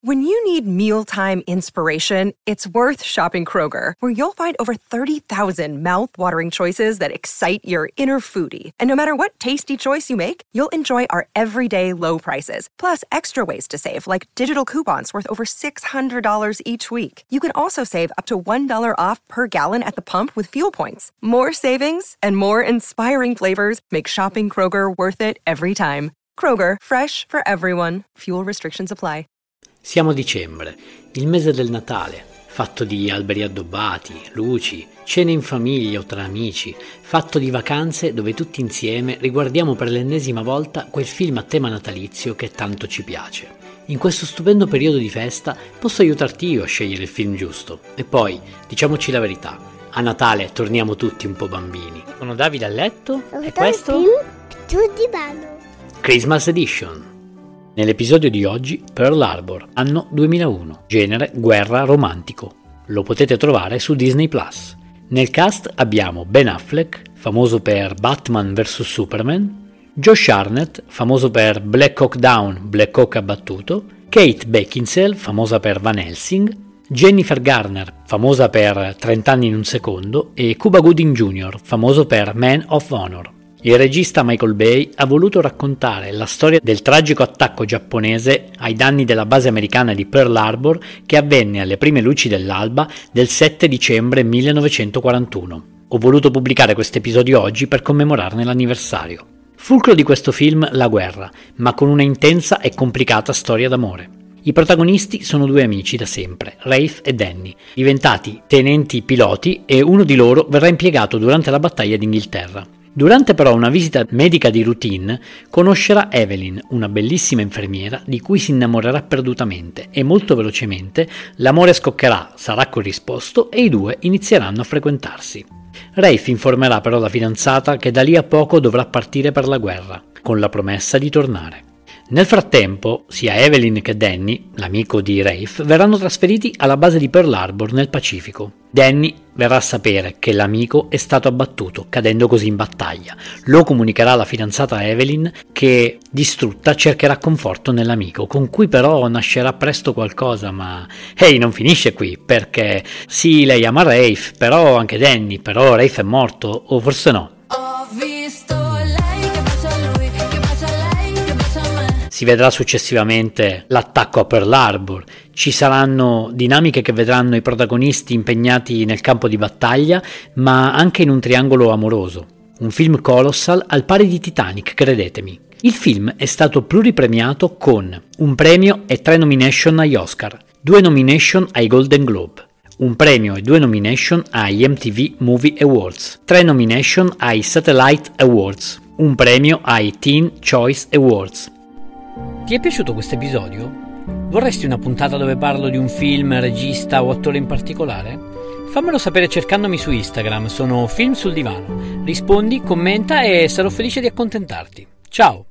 When you need mealtime inspiration, it's worth shopping Kroger, where you'll find over 30,000 mouth-watering choices that excite your inner foodie. And no matter what tasty choice you make, you'll enjoy our everyday low prices, plus extra ways to save, like digital coupons worth over $600 each week. You can also save up to $1 off per gallon at the pump with fuel points. More savings and more inspiring flavors make shopping Kroger worth it every time. Kroger, fresh for everyone. Fuel restrictions apply. Siamo a dicembre, il mese del Natale, fatto di alberi addobbati, luci, cene in famiglia o tra amici, fatto di vacanze dove tutti insieme riguardiamo per l'ennesima volta quel film a tema natalizio che tanto ci piace. In questo stupendo periodo di festa posso aiutarti io a scegliere il film giusto. E poi, diciamoci la verità, a Natale torniamo tutti un po' bambini. Sono Davide a letto e questo? Sul divano. Christmas Edition. Nell'episodio di oggi, Pearl Harbor, anno 2001, genere guerra romantico. Lo potete trovare su Disney+. Nel cast abbiamo Ben Affleck, famoso per Batman vs Superman, Josh Hartnett, famoso per Black Hawk Down, Black Hawk abbattuto, Kate Beckinsale, famosa per Van Helsing, Jennifer Garner, famosa per 30 anni in un secondo, e Cuba Gooding Jr., famoso per Man of Honor. Il regista Michael Bay ha voluto raccontare la storia del tragico attacco giapponese ai danni della base americana di Pearl Harbor che avvenne alle prime luci dell'alba del 7 dicembre 1941. Ho voluto pubblicare questo episodio oggi per commemorarne l'anniversario. Fulcro di questo film la guerra, ma con una intensa e complicata storia d'amore. I protagonisti sono due amici da sempre, Rafe e Danny, diventati tenenti piloti e uno di loro verrà impiegato durante la battaglia d'Inghilterra. Durante però una visita medica di routine conoscerà Evelyn, una bellissima infermiera di cui si innamorerà perdutamente e molto velocemente l'amore scoccherà, sarà corrisposto e i due inizieranno a frequentarsi. Rafe informerà però la fidanzata che da lì a poco dovrà partire per la guerra, con la promessa di tornare. Nel frattempo, sia Evelyn che Danny, l'amico di Rafe, verranno trasferiti alla base di Pearl Harbor nel Pacifico. Danny verrà a sapere che l'amico è stato abbattuto, cadendo così in battaglia. Lo comunicherà alla fidanzata Evelyn che, distrutta, cercherà conforto nell'amico, con cui però nascerà presto qualcosa, ma non finisce qui, perché sì, lei ama Rafe, però anche Danny, però Rafe è morto, o forse no. Si vedrà successivamente l'attacco a Pearl Harbor, ci saranno dinamiche che vedranno i protagonisti impegnati nel campo di battaglia, ma anche in un triangolo amoroso. Un film colossal al pari di Titanic, credetemi. Il film è stato pluripremiato con un premio e 3 nomination agli Oscar, 2 nomination ai Golden Globe, un premio e 2 nomination agli MTV Movie Awards, 3 nomination ai Satellite Awards, un premio ai Teen Choice Awards. Ti è piaciuto questo episodio? Vorresti una puntata dove parlo di un film, regista o attore in particolare? Fammelo sapere cercandomi su Instagram, sono Film sul Divano. Rispondi, commenta e sarò felice di accontentarti. Ciao!